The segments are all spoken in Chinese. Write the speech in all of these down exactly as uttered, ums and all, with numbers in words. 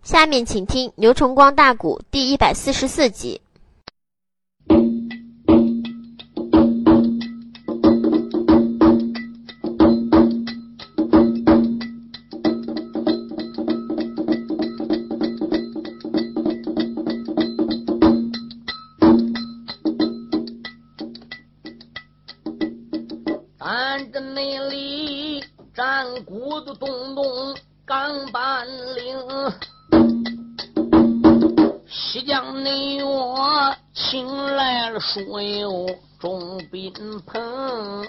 下面请听《牛崇光大鼓》第一百四十四集。 咱这内里战鼓的咚咚钢板岭，西江内岳请来了书友钟宾鹏，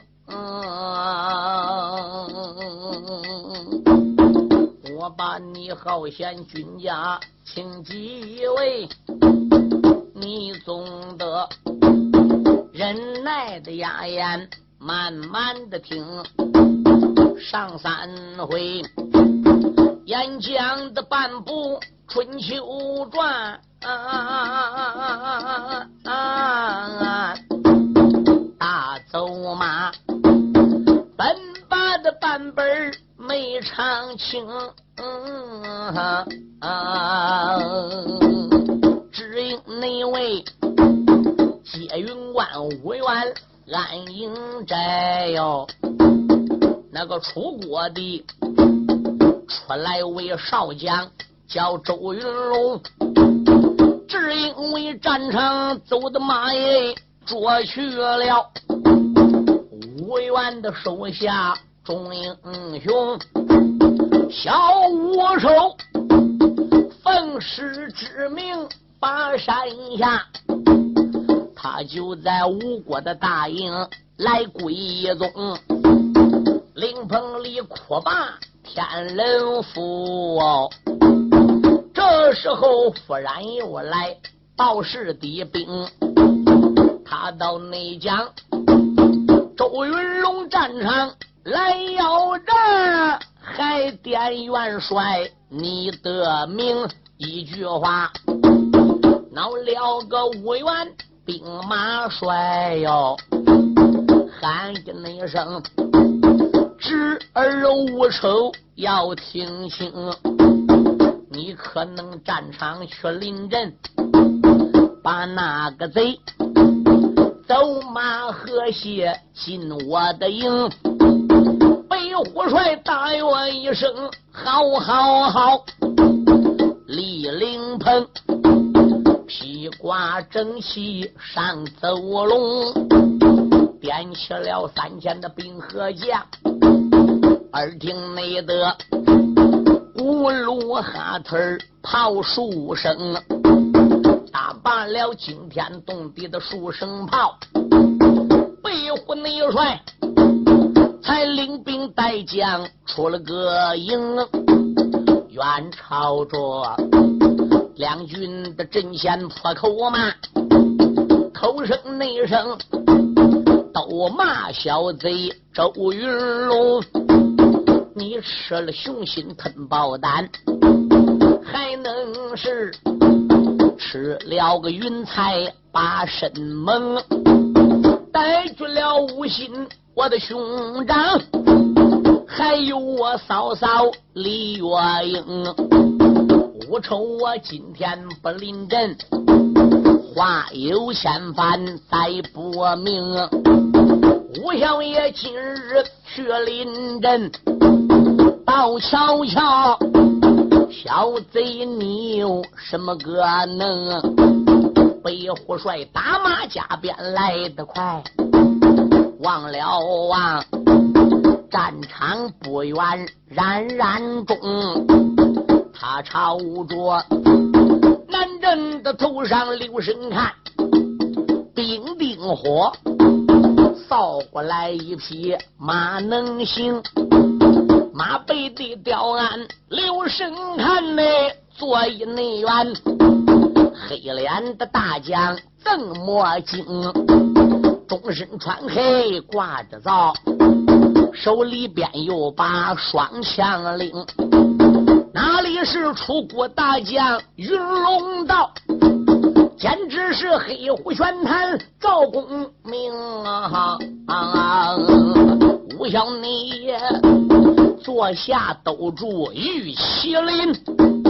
我把你好贤君家请几位，你总得忍耐的压言慢慢的听，上三回演讲的半部春秋传，啊啊啊啊、大走马本把的版本没唱清，嗯啊啊、只因那位接云关委员安营寨哟，那个出国的出来为少将叫周云龙，只因为战场走的马也捉去了吴元的手下众英雄，小五手奉师之命把山下，他就在吴国的大营来归宗，灵棚里哭罢天人府哦。这时候忽然又来报事的兵，他到内江周云龙战场来要战，还点元帅你的名一句话，闹了个五元兵马帅哟，喊着那声知而无仇要听清，你可能战场去临阵，把那个贼走马河蟹进我的营，被虎帅大喝一声好好好，李灵鹏披挂整齐上走龙，点起了三千的兵和将，耳听内的鼓芦哈特炮数声，打罢了惊天动地的数声炮，背虎内帅才领兵带将出了个营，远朝着两军的阵前破口骂，口声内声都骂小贼周云龙，你吃了雄心吞豹胆，还能是吃了个云彩把身蒙，逮住了无心我的兄长，还有我嫂嫂李月英，无愁我今天不临阵，话有先番再不明，吴小爷今日去临阵，到瞧瞧小贼你有什么个能，被虎帅打马加鞭来得快，忘了忘战场不远冉冉中，他朝着南镇的头上留神看，兵丁火扫过来一匹马能行，马背的吊鞍留神看呢，坐一内员黑脸的大将邓墨镜，终身穿黑挂着皂，手里边有把双枪领，哪里是出国大将云龙道，简直是黑虎玄坛赵公明啊！啊吴小你坐下兜住玉麒麟，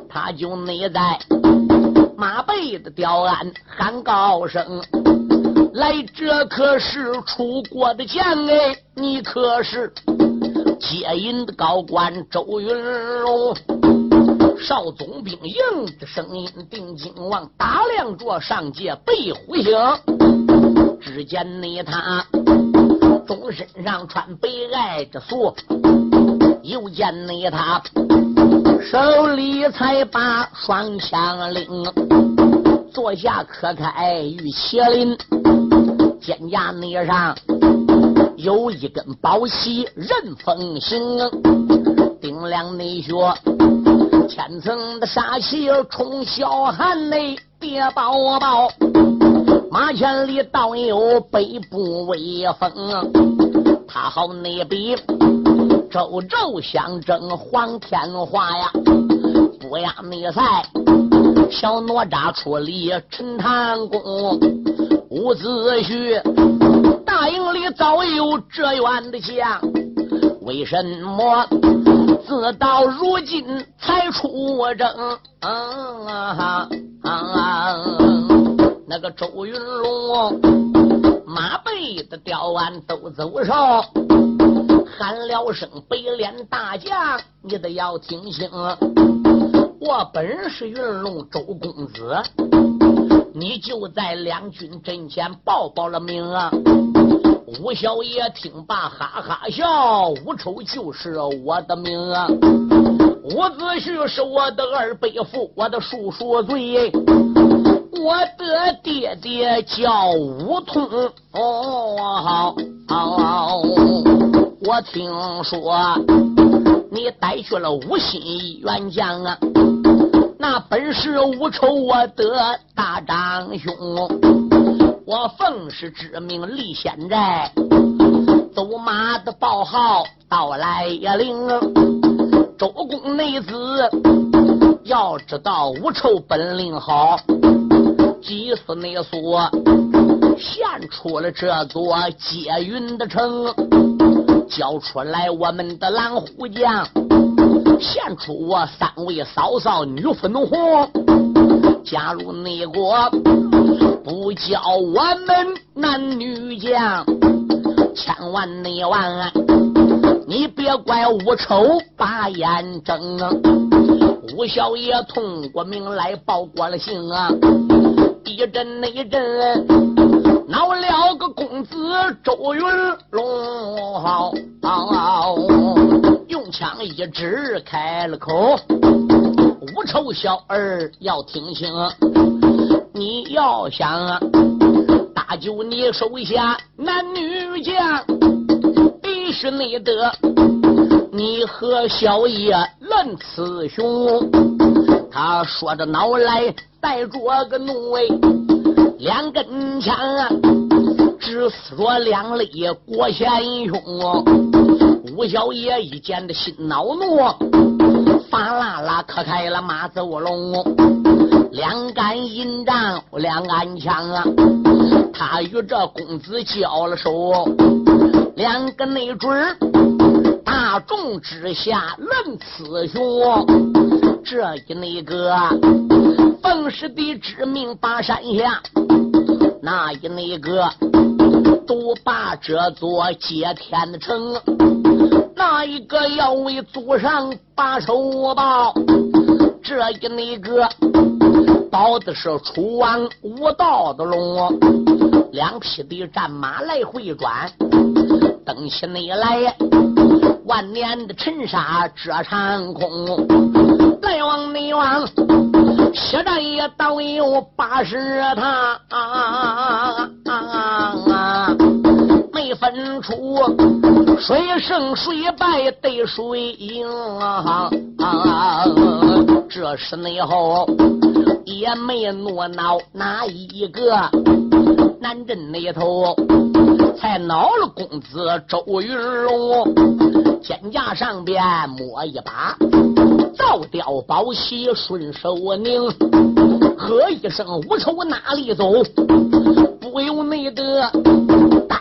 他就内在马背的吊鞍喊高声，来，这可是出国的将哎，你可是接引的高官周云龙。少总兵应着声音定睛望，打量着上界背虎星，只见你他中身上穿白爱着素，又见你他手里才把双枪领，坐下可开玉麒麟，肩胛内上有一根宝旗任风行，顶梁内靴千层的杀气冲霄寒内，别抱抱马前里倒有北部威风，他好内比周周相争黄天化呀，不亚内赛小哪吒出力陈塘公，伍子胥大营里早有这样的将，为什么自到如今才出征？嗯啊啊啊、那个周云龙马背的吊鞍都走上，喊了声北脸大将，你得要听清，我本是云龙周公子，你就在两军阵前报报了名啊！吴小爷听罢哈哈笑，吴丑就是我的名啊！伍子胥是我的二辈父，我的叔叔罪，我的爹爹叫吴通。哦，好，好，我听说你带去了吴心元将啊，那本是吴丑我的大长兄。我奉是之命立现在，走马的报号到来也灵。周公内子要知道吴丑本领好，祭祀内所献出了这座接云的城，交出来我们的蓝虎将，献出我三位嫂嫂女粉红，加入内国不叫我们男女将，千万内万你别怪吴丑把眼睁，吴小爷通过名来报过了信啊，一阵那一阵闹了个公子周云龙，好好用枪一指开了口，吴丑小儿要听清，你要想啊搭救你手下男女将，必须你得你和小爷论雌雄。他说着脑来带着个怒威，两根枪啊只撕着两肋国贤兄。吴小爷一见的心恼怒，发啦啦磕开了马走龙，两杆银杖两杆枪啊，他与这公子交了手，两个内准大众之下论雌雄。这一那个奉师的之命把山下，那一那个独霸这座接天的城，那一个要为祖上把手报，这一那个保的是楚王无道的龙，两匹的战马来回转，登起内来万年的尘沙遮长空，来往内往血战也倒有八十他啊啊啊啊，没分出谁胜谁败对谁赢啊啊！这是内后也没怒恼哪一个，南镇那头才恼了公子周云龙，肩胛上边摸一把造雕宝旗顺手拧，喝一声无愁哪里走，不由内得单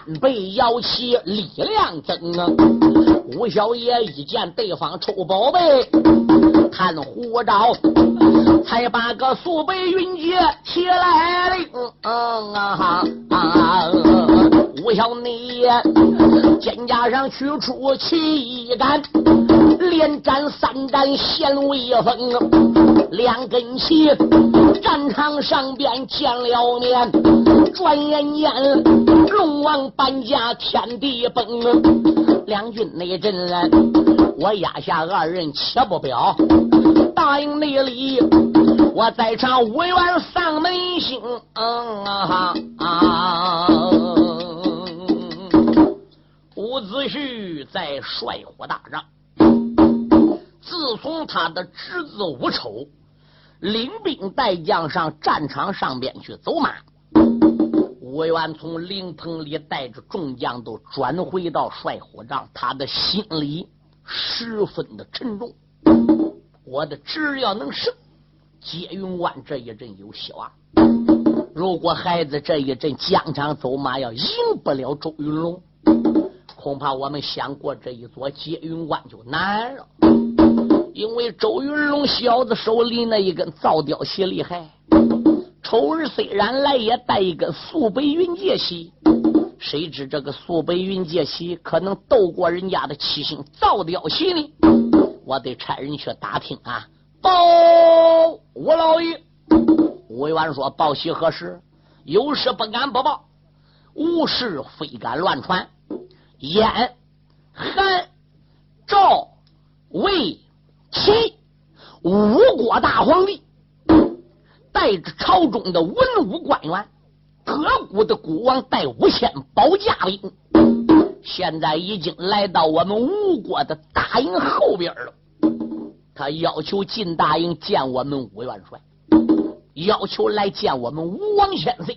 倍摇起力量增啊！吴小爷一见对方臭宝贝，看胡招，才把个苏北云姐起来了。嗯啊啊！吴小你肩胛上取出七杆，连斩三斩显威风，两根旗战场上边见了面，转眼间龙王搬家天地崩，两军内阵我压下二人且不表，大营内里我在场五元丧门星。嗯啊啊！伍子胥在帅火大帐，自从他的侄子伍丑领兵带将上战场上边去走马，伍元从灵棚里带着众将都转回到帅火帐，他的心里十分的沉重。我的侄儿要能胜，接云关这一阵有希望。如果孩子这一阵疆场走马要赢不了周云龙，恐怕我们想过这一座接云关就难了。因为周云龙小子手里那一根造雕旗厉害，丑儿虽然来也带一根苏北云界旗，谁知这个苏北云界旗可能斗过人家的七星造雕旗呢？我得差人去打听啊。报吴老爷，吴元说报喜何事？有事不敢不报，无事非敢乱传。燕、韩、赵、魏、齐五国大皇帝带着朝中的文武官员，各国的国王带五千保驾兵，现在已经来到我们吴国的大营后边了。他要求进大营见我们吴元帅，要求来见我们吴王先生。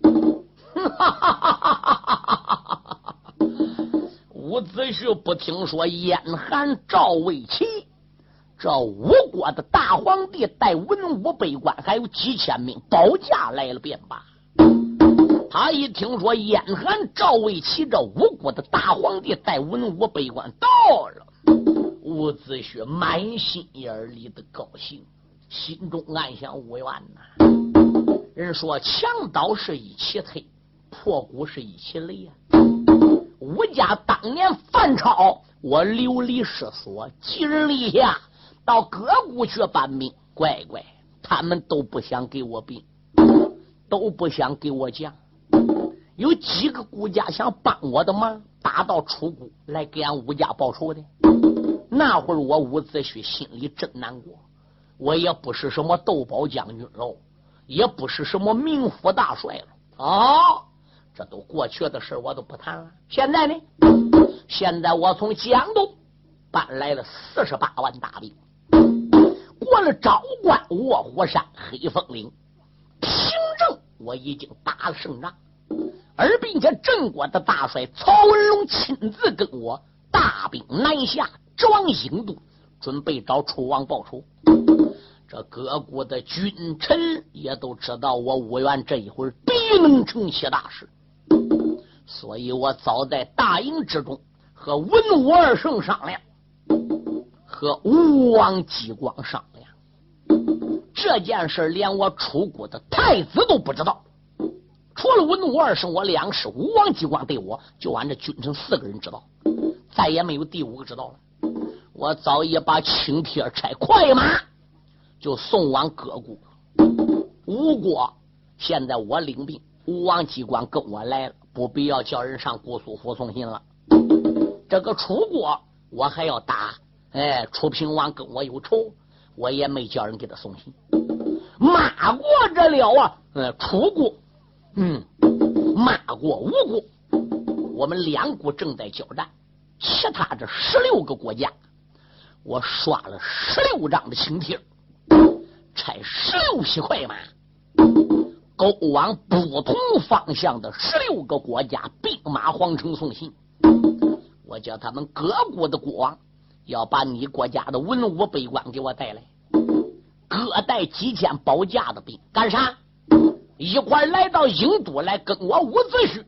伍子胥不听说燕、韩、赵、魏、齐这五国的大皇帝带文武百官还有几千名保驾来了便罢。他一听说燕、韩、赵、魏、齐这五国的大皇帝带文武百官到了，伍子胥满心眼里的高兴，心中暗想：吴元呐，人说墙倒是一起推，破鼓是一起擂呀。吴家当年犯朝，我流离失所，寄人篱下，到各国去搬兵，乖乖，他们都不想给我兵，都不想给我将。有几个国家想帮我的忙，打到楚国来给俺吴家报仇的。那会儿我伍子胥心里真难过，我也不是什么斗宝将军喽，也不是什么名副大帅了。哦，这都过去的事，我都不谈了。现在呢？现在我从江东搬来了四十八万大兵，过了昭关、卧虎山、黑风岭，平正我已经打了胜仗，而并且郑国的大帅曹文龙亲自跟我大兵南下，直往郢都，准备找楚王报仇。这各国的君臣也都知道我伍元这一会儿必能成其大事，所以我早在大营之中和文武二圣商量，和吴王姬光商量这件事，连我楚国的太子都不知道，除了文武二圣我两师吴王姬光对我，就俺这君臣四个人知道，再也没有第五个知道了。我早已把请帖差快马就送往各国，吴国现在我领兵，吴王姬光跟我来了，不必要叫人上姑苏府送信了。这个楚国我还要打，哎，楚平王跟我有仇，我也没叫人给他送信。马过这了啊，呃，楚国，嗯，马过吴国，我们两国正在交战，其他这十六个国家，我刷了十六张的请帖，差十六匹快马，勾往不同方向的十六个国家兵马皇城送信。我叫他们各国的国王要把你国家的文武百官给我带来，各带几千保驾的兵，干啥？一块来到郢都来跟我伍子胥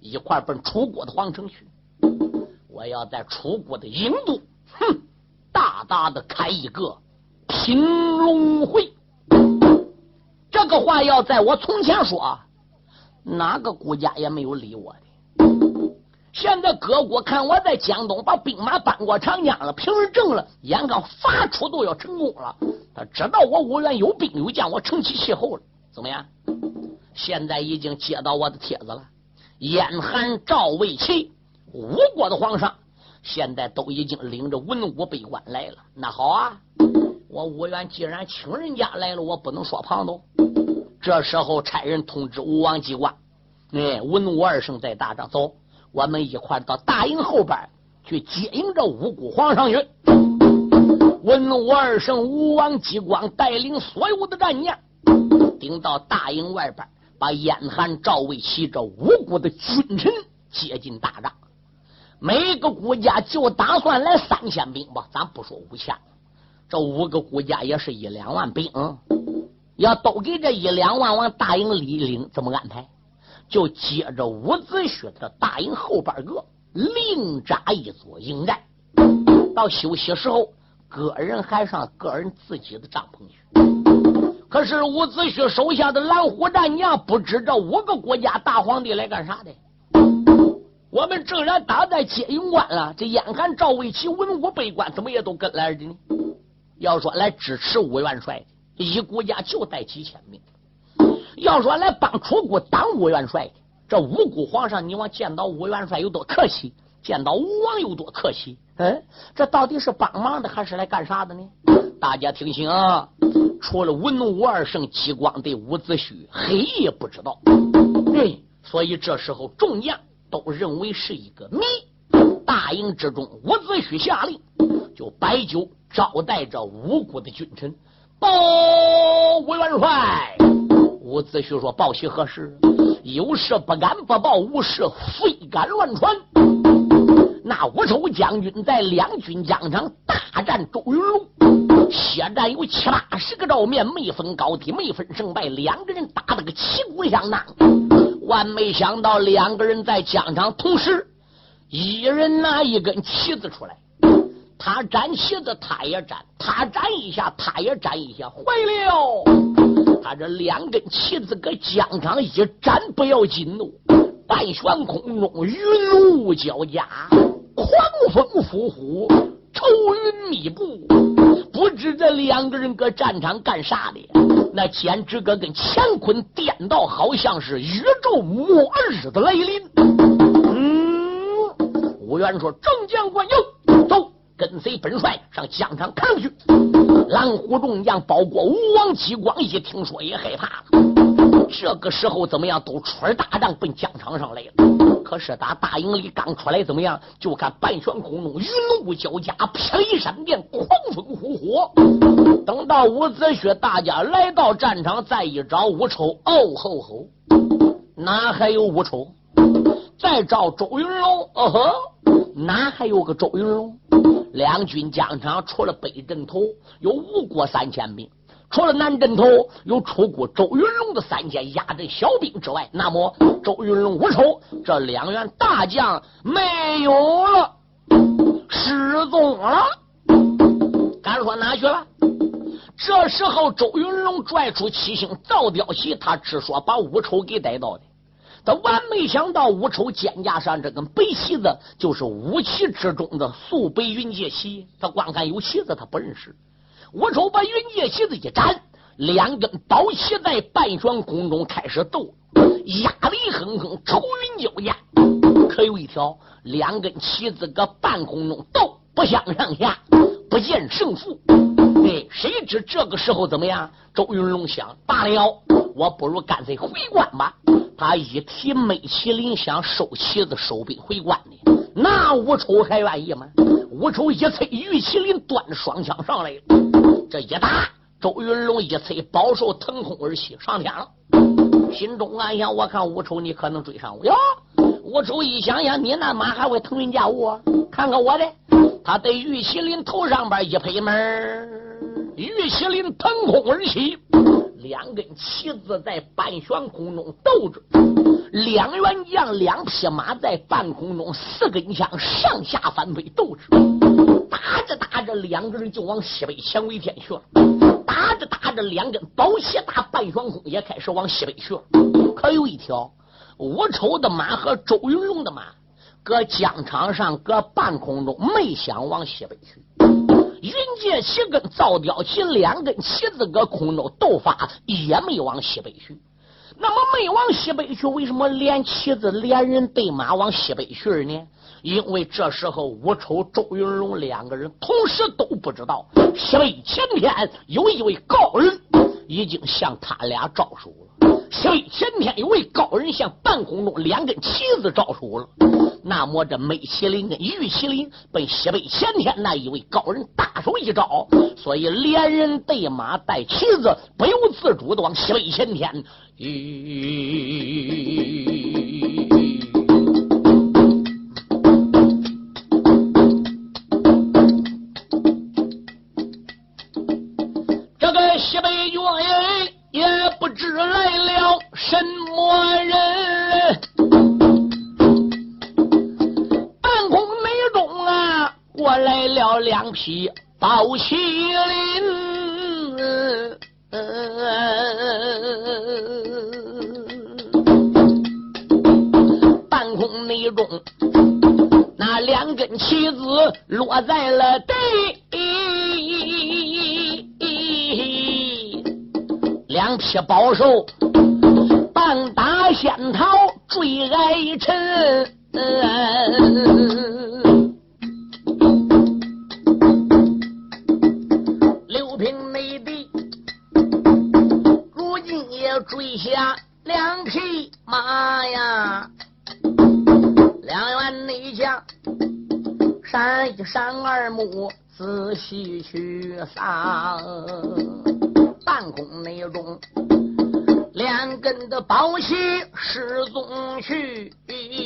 一块奔楚国的皇城去。我要在楚国的郢都，哼，大大的开一个平龙会。这个话要在我从前说，哪个国家也没有理我的。现在各国看我在江东把兵马搬过长江了，平日正了，眼看发出都要成功了，他知道我五原有兵有将，我成其气候了。怎么样？现在已经接到我的帖子了，燕韩赵魏齐五国的皇上现在都已经领着文武百官来了。那好啊，我五原既然请人家来了，我不能说旁头。这时候差人通知吴王姬冠，哎，文武二圣在大帐，走，我们一块到大营后边去接应这五谷皇上去。文武二圣吴王姬冠带领所有的战将，顶到大营外边，把燕韩赵魏齐这五国的君臣接进大帐。每个国家就打算来三千兵吧，咱不说五千，这五个国家也是一两万兵，嗯、要都给这一两万往大营里领，怎么安排？就接着伍子胥的大营后边个另扎一座营寨。到休息时候，个人还上个人自己的帐篷去。可是伍子胥手下的蓝虎战将不知这五个国家大皇帝来干啥的。我们正然打在接营关了，这燕韩赵魏齐文武百官怎么也都跟来的呢？要说来支持吴元帅，一国家就带几千名；要说来帮楚国挡吴元帅，这五国皇上你往见到吴元帅有多客气，见到吴王有多客气。嗯，这到底是帮忙的还是来干啥的呢？大家听清啊！除了文武二圣姬光对伍子胥，黑也不知道。对，所以这时候众将都认为是一个谜。大营之中，伍子胥下令，就摆酒招待着五国的君臣。报吴元帅。伍子胥说：报喜何事？有事不敢不报，无事非敢乱传。那吴丑将军在两军疆场大战周云龙，血战有七八十个照面，没分高低，没分胜败，两个人打得个旗鼓相当。万没想到两个人在疆场同时，一人拿一根旗子出来，他展旗子他也展，他展一下他也展一下，坏了，他这两根旗子搁疆场一展不要紧哦，半悬空中云雾交加，狂风呼呼，愁云密布，不知这两个人搁战场干啥的，那简直搁跟乾坤颠倒，好像是宇宙末日的来临。嗯，吴元说：众将官有，走，跟随本帅上疆场看去。蓝虎众将包括吴王姬光一听说也害怕了，这个时候怎么样都出儿大帐奔疆场上来了。可是打大营里刚出来怎么样，就看半悬空中云雾交加，霹雳闪电，狂风呼火。等到伍子胥大家来到战场，再一找吴丑，哦吼吼，哪还有吴丑？再找周云龙，哦呵，哪还有个周云龙？两军疆场除了北镇头有吴国三千兵，除了南镇头有楚国周云龙的三千压阵小兵之外，那么周云龙、吴丑这两员大将没有了，失踪了。敢说哪去了？这时候周云龙拽出七星造雕旗，他只说把吴丑给逮到的。他万没想到吴丑肩胛上这根白旗子就是五旗之中的素白云界旗，他光看有旗子他不认识。吴丑把云界旗子一展，两根宝旗在半悬空中开始斗，压力哼哼，愁云交加。可有一条，两根旗子搁半空中斗，不相上下，不见胜负。哎，谁知这个时候怎么样？周云龙想罢了，我不如干脆回关吧。他一提美麒麟，想收旗子收兵回关的，那吴丑还愿意吗？吴丑一催玉麒麟，端双枪上来了，这一打，周云龙一催宝兽腾空而起，上天了。心中暗想：我看吴丑你可能追上我哟。吴丑一想想，你那马还会腾云驾雾啊？看看我的，他对玉麒麟头上边一拍门，玉麒麟腾空而起， 两根旗子在半悬空中斗着，两员将两匹马在半空中四根枪上下翻飞斗着，打着打着两个人就往西北前为天去了，打着打着两根宝旗打半悬空也开始往西北去了。可有一条吴丑的马和周云龙的马搁疆场上搁半空中没想往西北去，云界旗跟造雕旗两根旗子搁空中斗法也没往西北去。那么没往西北去，为什么连旗子连人带马往西北去呢？因为这时候吴丑周云龙两个人同时都不知道西北前天有一位高人已经向他俩招手了，西北前天有位高人向半空中两根旗子招手了。那么这美麒麟跟玉麒麟被西北前天那一位高人大手一招，所以连人带马带旗子不由自主的往西北前天。这个西北军也不知来了什么人，半空内中啊过来了两匹宝麒麟，半空内中那两根旗子落在了地，两匹宝兽棒打仙桃坠哀尘，六平内地如今也坠下两匹马呀，两员内将闪一闪二目仔细去赏，半空内中两根的宝旗失踪去，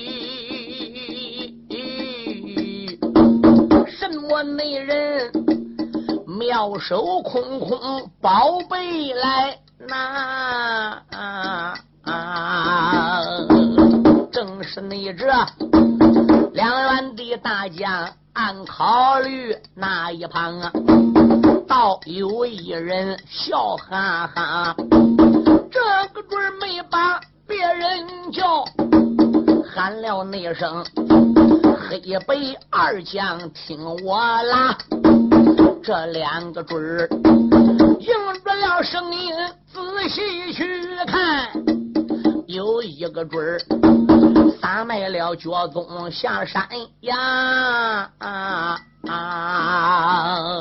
什么内人妙手空空宝贝来拿，啊啊、正是你这两员的大将暗考虑那一旁啊，倒有一人笑哈哈，这个准没把别人叫，喊了那声黑北二将听我啦，这两个准儿应着了声音仔细去看，有一个准儿撒卖了脚踪下山呀，啊啊！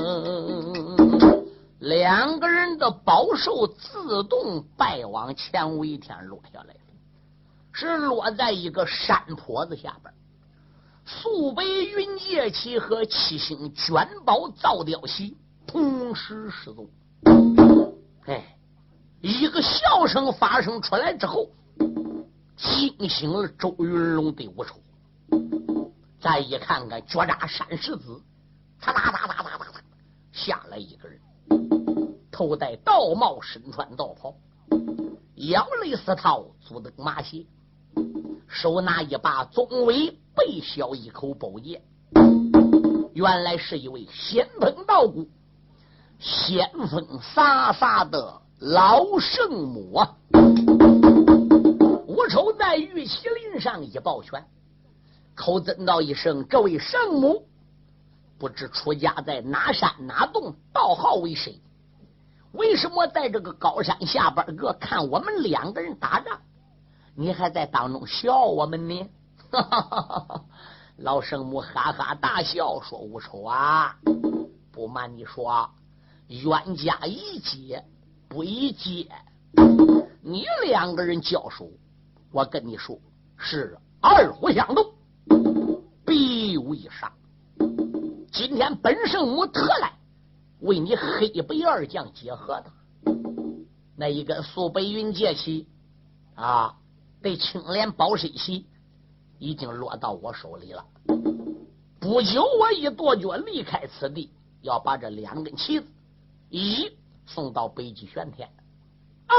两个人的宝兽自动败往前为天落下来了，是落在一个山坡子下边。素北云界旗和七星卷宝造雕旗同时失踪。哎，一个笑声发生出来之后，惊醒了周云龙的吴丑。再一看看绝扎山石子，嚓哒哒哒哒哒哒，下来一个人，头戴道帽，身穿道袍，腰勒丝绦，足蹬马鞋，手拿一把宗尾背削一口宝剑，原来是一位仙风道骨、仙风飒飒的老圣母啊！吴丑在玉麒麟上一抱拳，口尊道一声：“这位圣母，不知出家在哪山哪洞，道号为谁？为什么在这个高山下边个看我们两个人打仗，你还在当中笑我们呢？”哈哈哈哈，老圣母哈哈大笑说：“吴丑啊，不瞒你说，冤家宜解不宜结，你两个人交手，我跟你说是二虎相斗，必有一杀。今天本圣母特来为你黑北二将结合的，那一根素北云界旗啊，对青莲宝水旗已经落到我手里了。不久我一跺脚离开此地，要把这两根旗子一送到北极玄天，二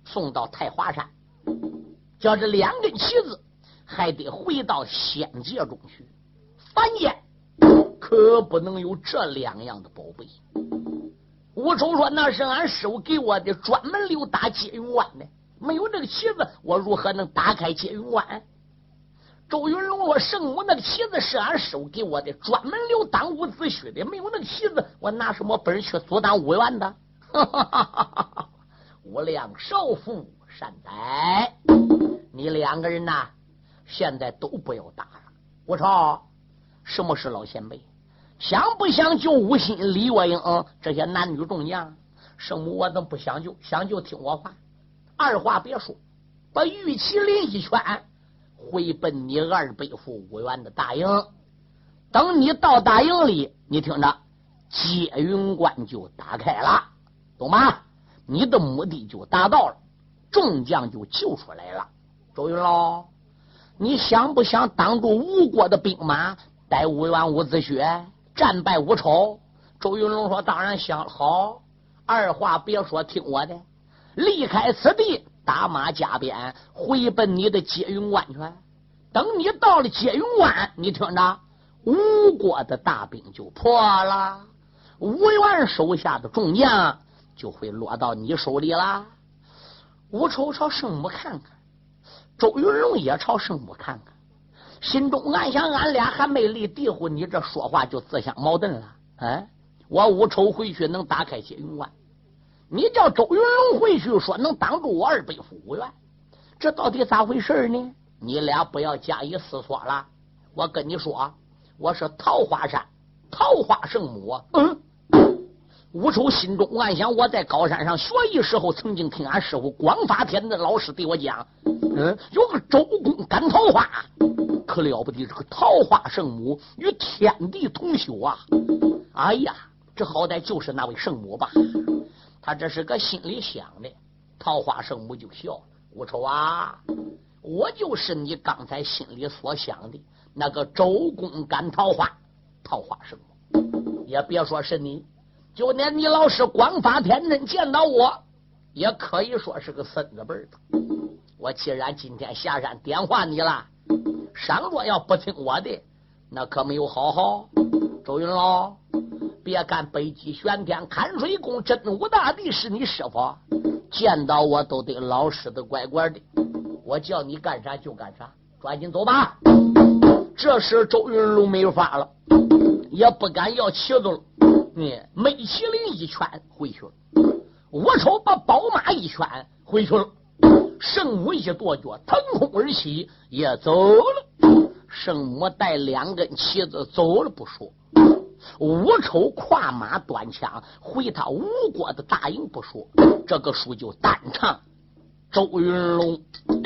送到太华山，叫这两根旗子还得回到仙界中去。凡间可不能有这两样的宝贝。吴丑说：“那是俺师傅给我的，专门留打接云关的。没有这个旗子，我如何能打开接云关？”周云龙说：“圣母那个旗子是俺师傅给我的，专门留当伍子胥的。没有那个旗子，我拿什么本事去阻挡五元的？”哈哈哈哈哈！无量少妇善哉，你两个人呐，现在都不要打了。我操，什么是老前辈？想不想救吴昕、李月英这些男女众将？圣母我怎么不想救？想救听我话，二话别说，把玉麒麟一圈，回奔你二伯父五元的大营。等你到大营里，你听着，接云关就打开了，懂吗？你的目的就达到了，众将就救出来了。周云龙，你想不想挡住吴国的兵马，带五元伍子胥战败吴丑？周云龙说：“当然想。”好，二话别说，听我的，离开此地，打马加鞭，回奔你的接云关去。等你到了接云关，你听着，吴国的大兵就破了，吴元手下的众将就会落到你手里啦。吴丑朝圣母看看，周云龙也朝圣母看看，心中暗想：俺俩还没立地户，你这说话就自相矛盾了。哎，我吴丑回去能打开接云关，你叫周云龙回去说能挡住我二伯父吴元，这到底咋回事呢？你俩不要加以思索了。我跟你说，我是桃花山桃花圣母。嗯，吴丑心中暗想：我在高山上学艺时候，曾经听俺师傅广发天的老师对我讲，嗯，有个周公赶桃花，可了不得，这个桃花圣母与天地同修啊！哎呀，这好歹就是那位圣母吧？他这是个心里想的，桃花圣母就笑了：“吴丑啊，我就是你刚才心里所想的那个周公赶桃花桃花圣母，也别说是你。”就连你老师广发天真见到我，也可以说是个孙子辈的。我既然今天下山点化你了，倘若要不听我的，那可没有好好。周云龙，别干北极玄天看水宫真武大帝是你师傅，见到我都得老实的乖乖的，我叫你干啥就干啥，抓紧走吧。这时周云龙没有法了，也不敢要旗子了。你美麒麟一圈回去了，我瞅把宝马一圈回去了，圣母一跺脚腾空而起也走了。圣母带两根旗子走了不说，我瞅跨马端枪回他吴国的大营不说，这个书就单唱周云龙。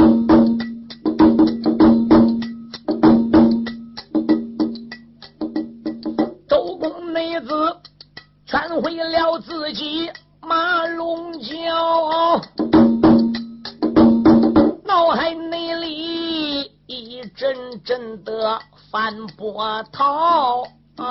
周公内子全回了自己马龙角，脑海内里一阵阵的翻波涛。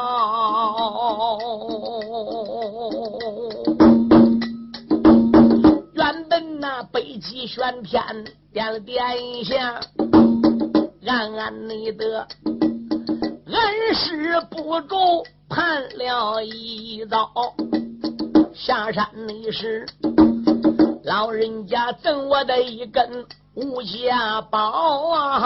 原本那北极玄天点了点一下，暗暗内的恩师不周判了一刀，下山那时老人家赠我的一根无价宝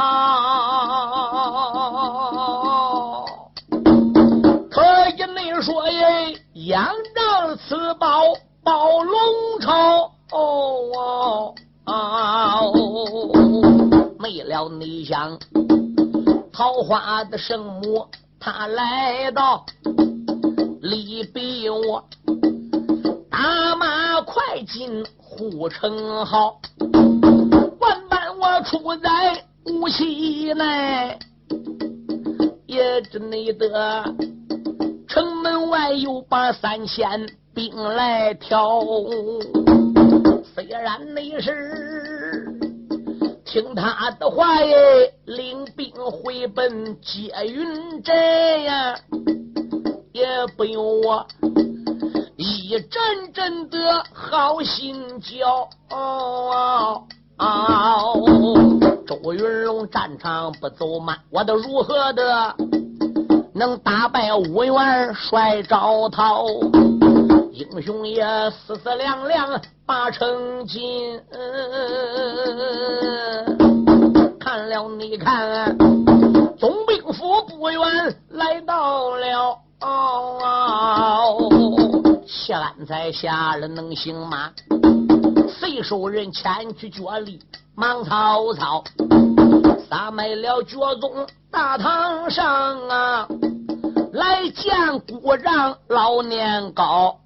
啊，可以没说耶，仰仗此宝宝龙巢哦啊哦，没了你想桃花的圣母他来到，离比我打马快进护城壕，万般我处在无锡内，也只内得城门外有把三千兵来挑。虽然那是听他的话耶，领兵回奔接云镇呀，也不用我一一阵阵的好心焦。哦哦，周云龙战场不走慢，我的如何的能打败五元帅赵涛？英雄也思思量量把成金。看了你看，总兵府不远来到了。哦，谢安才下了能行吗？随手人前去脚力忙曹操，撒卖了脚宗大堂上啊，来见故让老年高。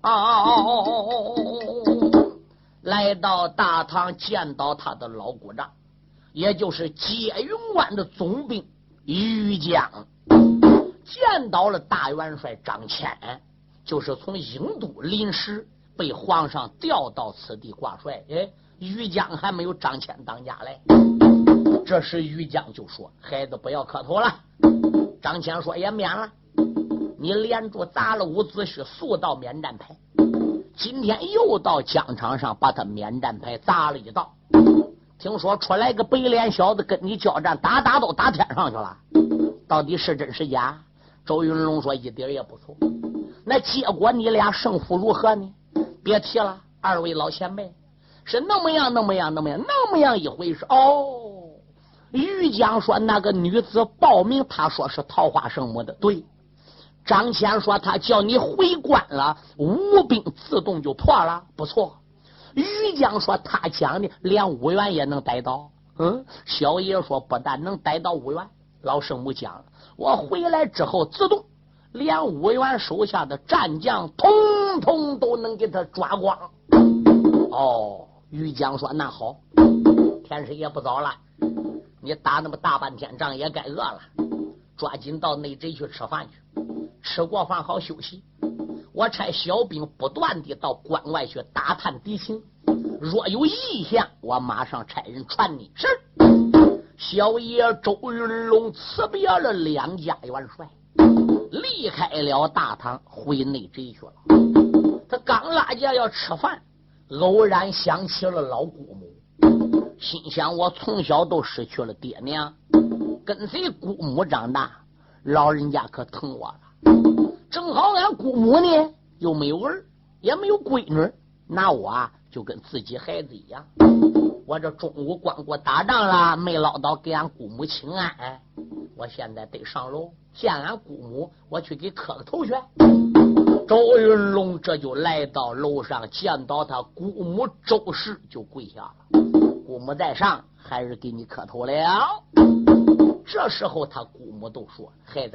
来到大堂见到他的老故障，也就是解云关的总兵于江，见到了大元帅张骞，就是从郢都临时被皇上调到此地挂帅。哎，于江还没有张骞当家来。这时于江就说：“孩子不要磕头了。”张骞说：“也免了。你连住砸了伍子胥速到免战牌，今天又到疆场上把他免战牌砸了一道。听说出来个白脸小子跟你交战，打打都打天上去了，到底是真是假？”周云龙说：“一点也不错。那结果你俩胜负如何呢？别提了，二位老前辈，是那么样那么样那么样那么样一回事。”哦，于江说：“那个女子报名，他说是桃花圣母的。”对。张骞说：“他叫你回关了，吴兵自动就破了。”不错。于江说：“他讲的连五元也能逮到。”嗯，小爷说：“不但能逮到五元，老圣母讲了，我回来之后自动连五元手下的战将统统都能给他抓光。”哦，于江说：“那好，天色也不早了，你打那么大半天仗也该饿了，抓紧到内宅去吃饭去。吃过饭好休息，我差小兵不断的到关外去打探敌情，若有异象，我马上差人传你。”是。小爷周云龙辞别了两家元帅，离开了大堂，回内宅去了。他刚拉架要吃饭，偶然想起了老姑母，心想：我从小都失去了爹娘，跟随姑母长大，老人家可疼我了。正好俺姑母呢又没有儿，也没有闺女，那我啊就跟自己孩子一样。我这中午光过打仗了，没唠叨给俺姑母请安，我现在得上楼见俺姑母，我去给磕个头去。周云龙这就来到楼上，见到他姑母周氏，就跪下了。姑母在上，还是给你磕头了。这时候他姑母都说：“孩子，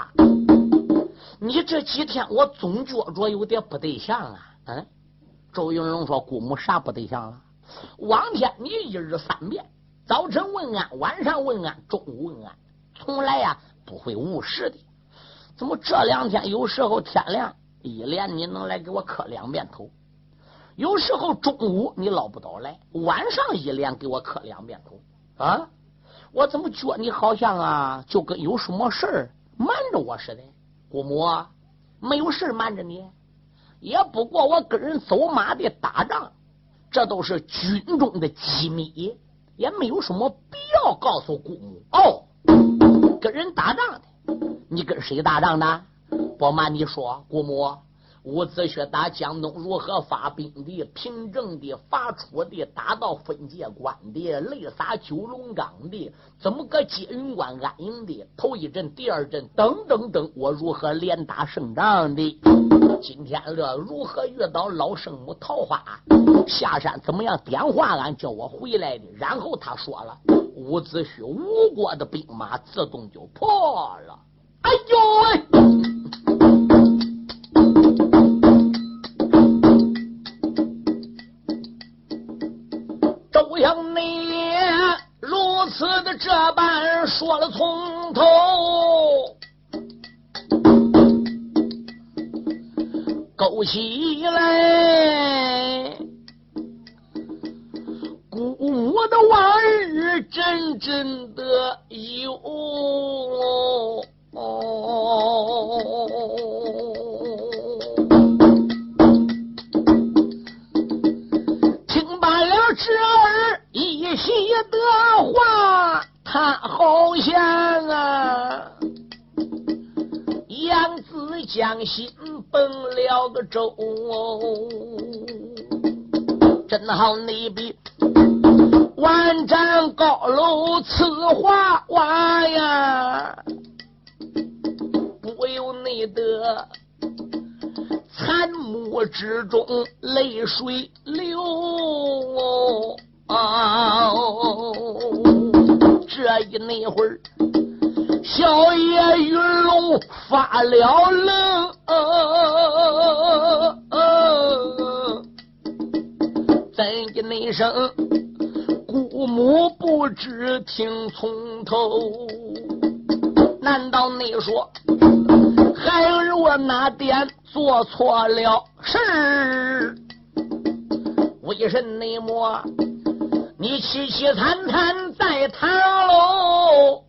你这几天我总觉着有点不对象啊。”嗯，周云龙说：“姑母啥不对象了？往天你一日三遍，早晨问安，晚上问安，中午问安，从来呀、啊、不会误事的。怎么这两天有时候天亮一连你能来给我磕两遍头，有时候中午你捞不到来，晚上一连给我磕两遍头啊？我怎么觉你好像啊就跟有什么事儿瞒着我似的？姑母没有事瞒着你，也不过我跟人走马的打仗，这都是军中的机密，也没有什么必要告诉姑母。哦，跟人打仗的，你跟谁打仗的？不瞒你说，姑母，伍子胥打江东如何发兵的，平正的，伐楚的，打到分界关的，泪洒九龙岗的，怎么个接云关安营的，头一阵第二阵等等等，我如何连打胜仗的，今天乐如何遇到老圣母桃花，下山怎么样点化俺叫我回来的。然后他说了，伍子胥吴国的兵马自动就破了。哎呦喂！周向内烈如此的这般说了从头，勾起来姑母的往日真真的有哦， 侄儿一席的话，他好像啊杨子将心崩了个粥，真好你比万丈高楼此花娃呀，不由你的残目之中泪水流啊！这一那会儿，小爷云龙发了愣，怎的那声姑母不知听从头？难道你说孩儿我哪点做错了事？为甚内么你凄凄惨惨在堂楼？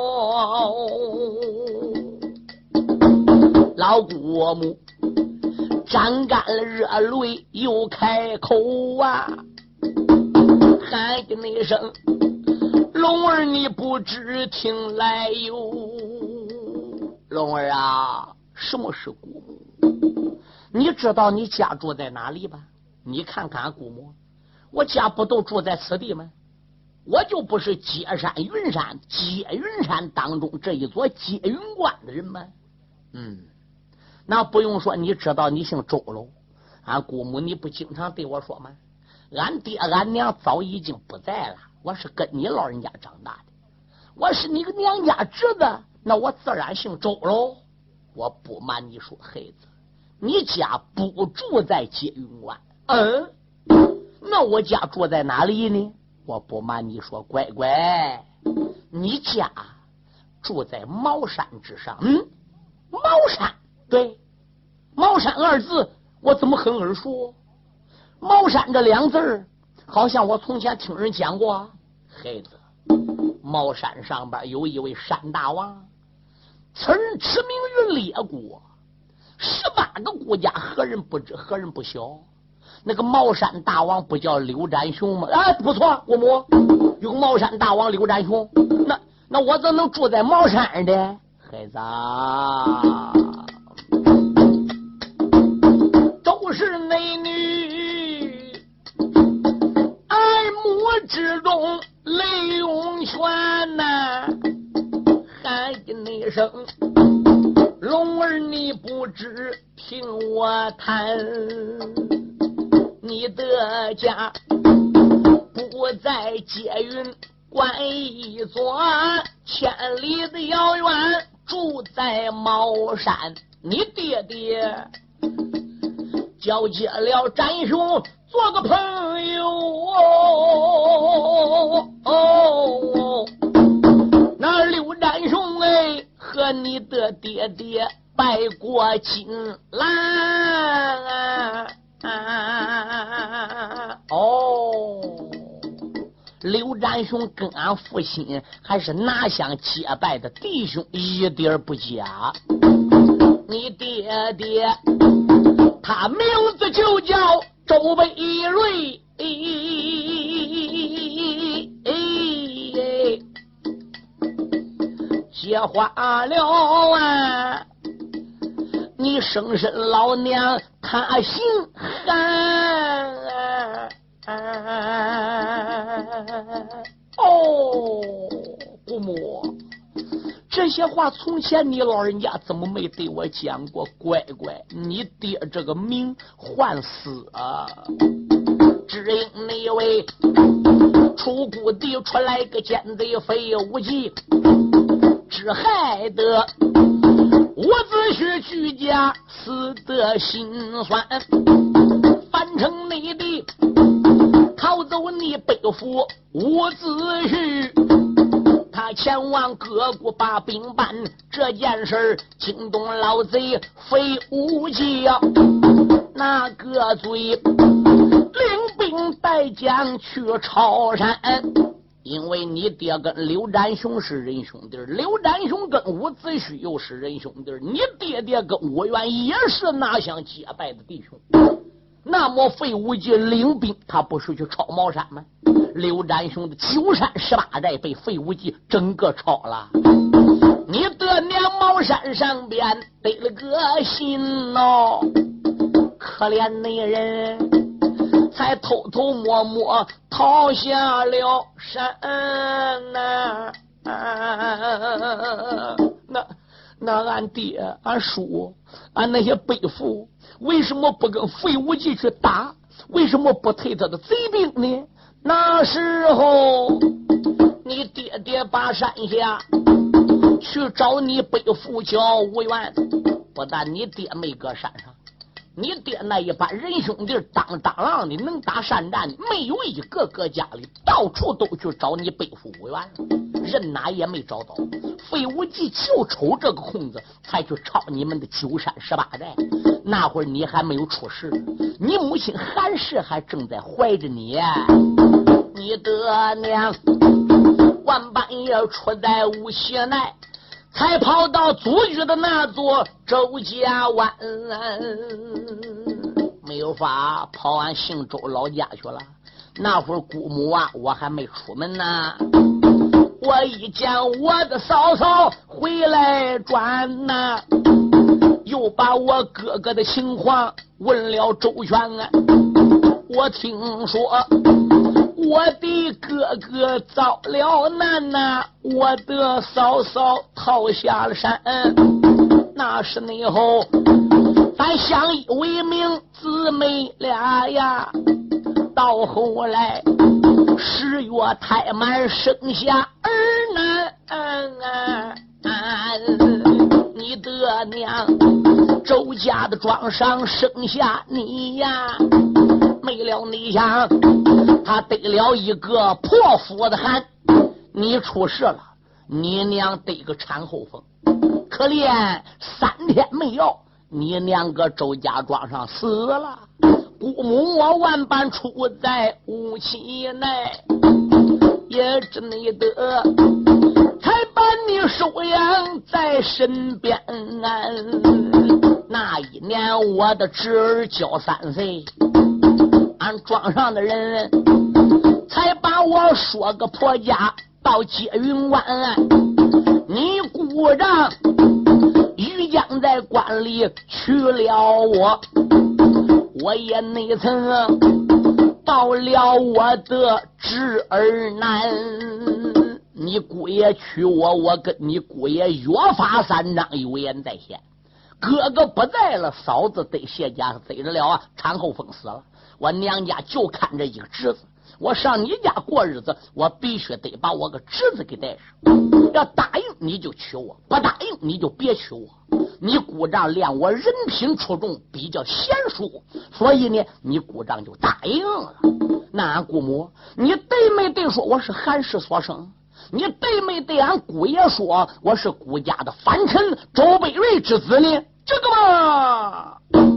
老姑母沾干了热泪又开口啊，喊的那声龙儿你不知听来哟。龙儿啊，什么是姑母？你知道你家住在哪里吧？你看看姑母，我家不都住在此地吗？我就不是接山云山接云山当中这一座接云关的人吗？嗯，那不用说，你知道你姓周喽。俺姑母你不经常对我说吗？俺爹俺娘早已经不在了，我是跟你老人家长大的，我是你个娘家侄子，那我自然姓周喽。我不瞒你说，孩子，你家不住在接云关。嗯，那我家住在哪里呢？我不瞒你说，乖乖，你家住在茅山之上。嗯，茅山，对，茅山二字我怎么很耳熟？茅山这两字儿好像我从前听人讲过。孩子，茅山上边有一位山大王，此人驰名于列国，十八个国家，何人不知，何人不晓？那个茅山大王不叫刘占雄吗？哎，不错，姑母有茅山大王刘占雄。那那我怎能住在茅山的？孩子啊，都是内女，爱慕之中泪涌泉呐，喊一声龙儿你不知听我谈，你的家不在接云关一座，千里的遥远住在茅山。你爹爹交接了占兄做个朋友哦哦，那刘占兄哎和你的爹爹拜过金兰啊！哦，刘占雄跟俺父亲还是拿相结拜的弟兄，一点不假。你爹爹他名字就叫周贝瑞，结花了啊！你生身老娘他姓韩哦，姑母，这些话从前你老人家怎么没对我讲过？乖乖，你爹这个名换死啊！只因那位出谷地出来个奸贼非无忌，只害得我子胥居家死得心酸，反成内地逃走你背负伍子胥，他前往各国把兵办，这件事惊动老贼非无忌啊！那个嘴领兵带将去朝山，因为你爹跟刘占雄是仁兄弟，刘占雄跟伍子胥又是仁兄弟，你爹爹跟伍元也是拿相结拜的弟兄。 那么费无忌领兵，他不是去抄茅山吗？刘占雄的九山十八寨被费无忌整个抄了。你的娘茅山上边得了个心哦，可怜那人才偷偷摸摸逃下了山呐、啊啊！那那俺爹俺叔俺那些背父为什么不跟费无忌去打？为什么不退他的贼兵呢？那时候你爹爹把山下去找你背父叫吴元，不但你爹没搁山上，你爹那一班人兄弟当当啷的能打山战的没有一个个家里，到处都去找你背父吴元，人哪也没找到。费无忌就瞅这个空子才去抄你们的九山十八寨。那会儿你还没有出世，你母亲韩氏还正在怀着你呀。你的娘万半夜出在无锡内，才跑到祖居的那座周家湾，没有法跑俺姓周老家去了。那会儿姑母啊我还没出门呢，我一见我的嫂嫂回来转呐，又把我哥哥的情况问了周全啊。我听说我的哥哥遭了难呐，我的嫂嫂逃下了山。那是那后咱相依为命姊妹俩呀，到后来十月胎满生下儿男，你的娘周家的庄上生下你呀，没了你想他得了一个破腹的寒，你出事了，你娘得个产后风，可怜三天没有，你娘搁周家庄上死了。姑母我万般出在屋期内，也只你得才把你收养在身边。那一年我的侄儿交三岁，俺庄上的人才把我说个婆家到接云湾。你姑丈于江在关里娶了我，我也没曾报了我的侄儿男。你姑爷娶我，我跟你姑爷约法三章，有言在先。哥哥不在了，嫂子得谢家贼着了啊，产后风死了。我娘家就看着一个侄子，我上你家过日子，我必须得把我个侄子给带上。要答应你就娶我，不答应你就别娶我。你姑丈练我人品出众，比较贤淑，所以呢，你姑丈就答应了。那俺姑母，你对没对说我是韩氏所生？你对没对俺姑爷说我是姑家的反臣周北瑞之子呢？这个嘛，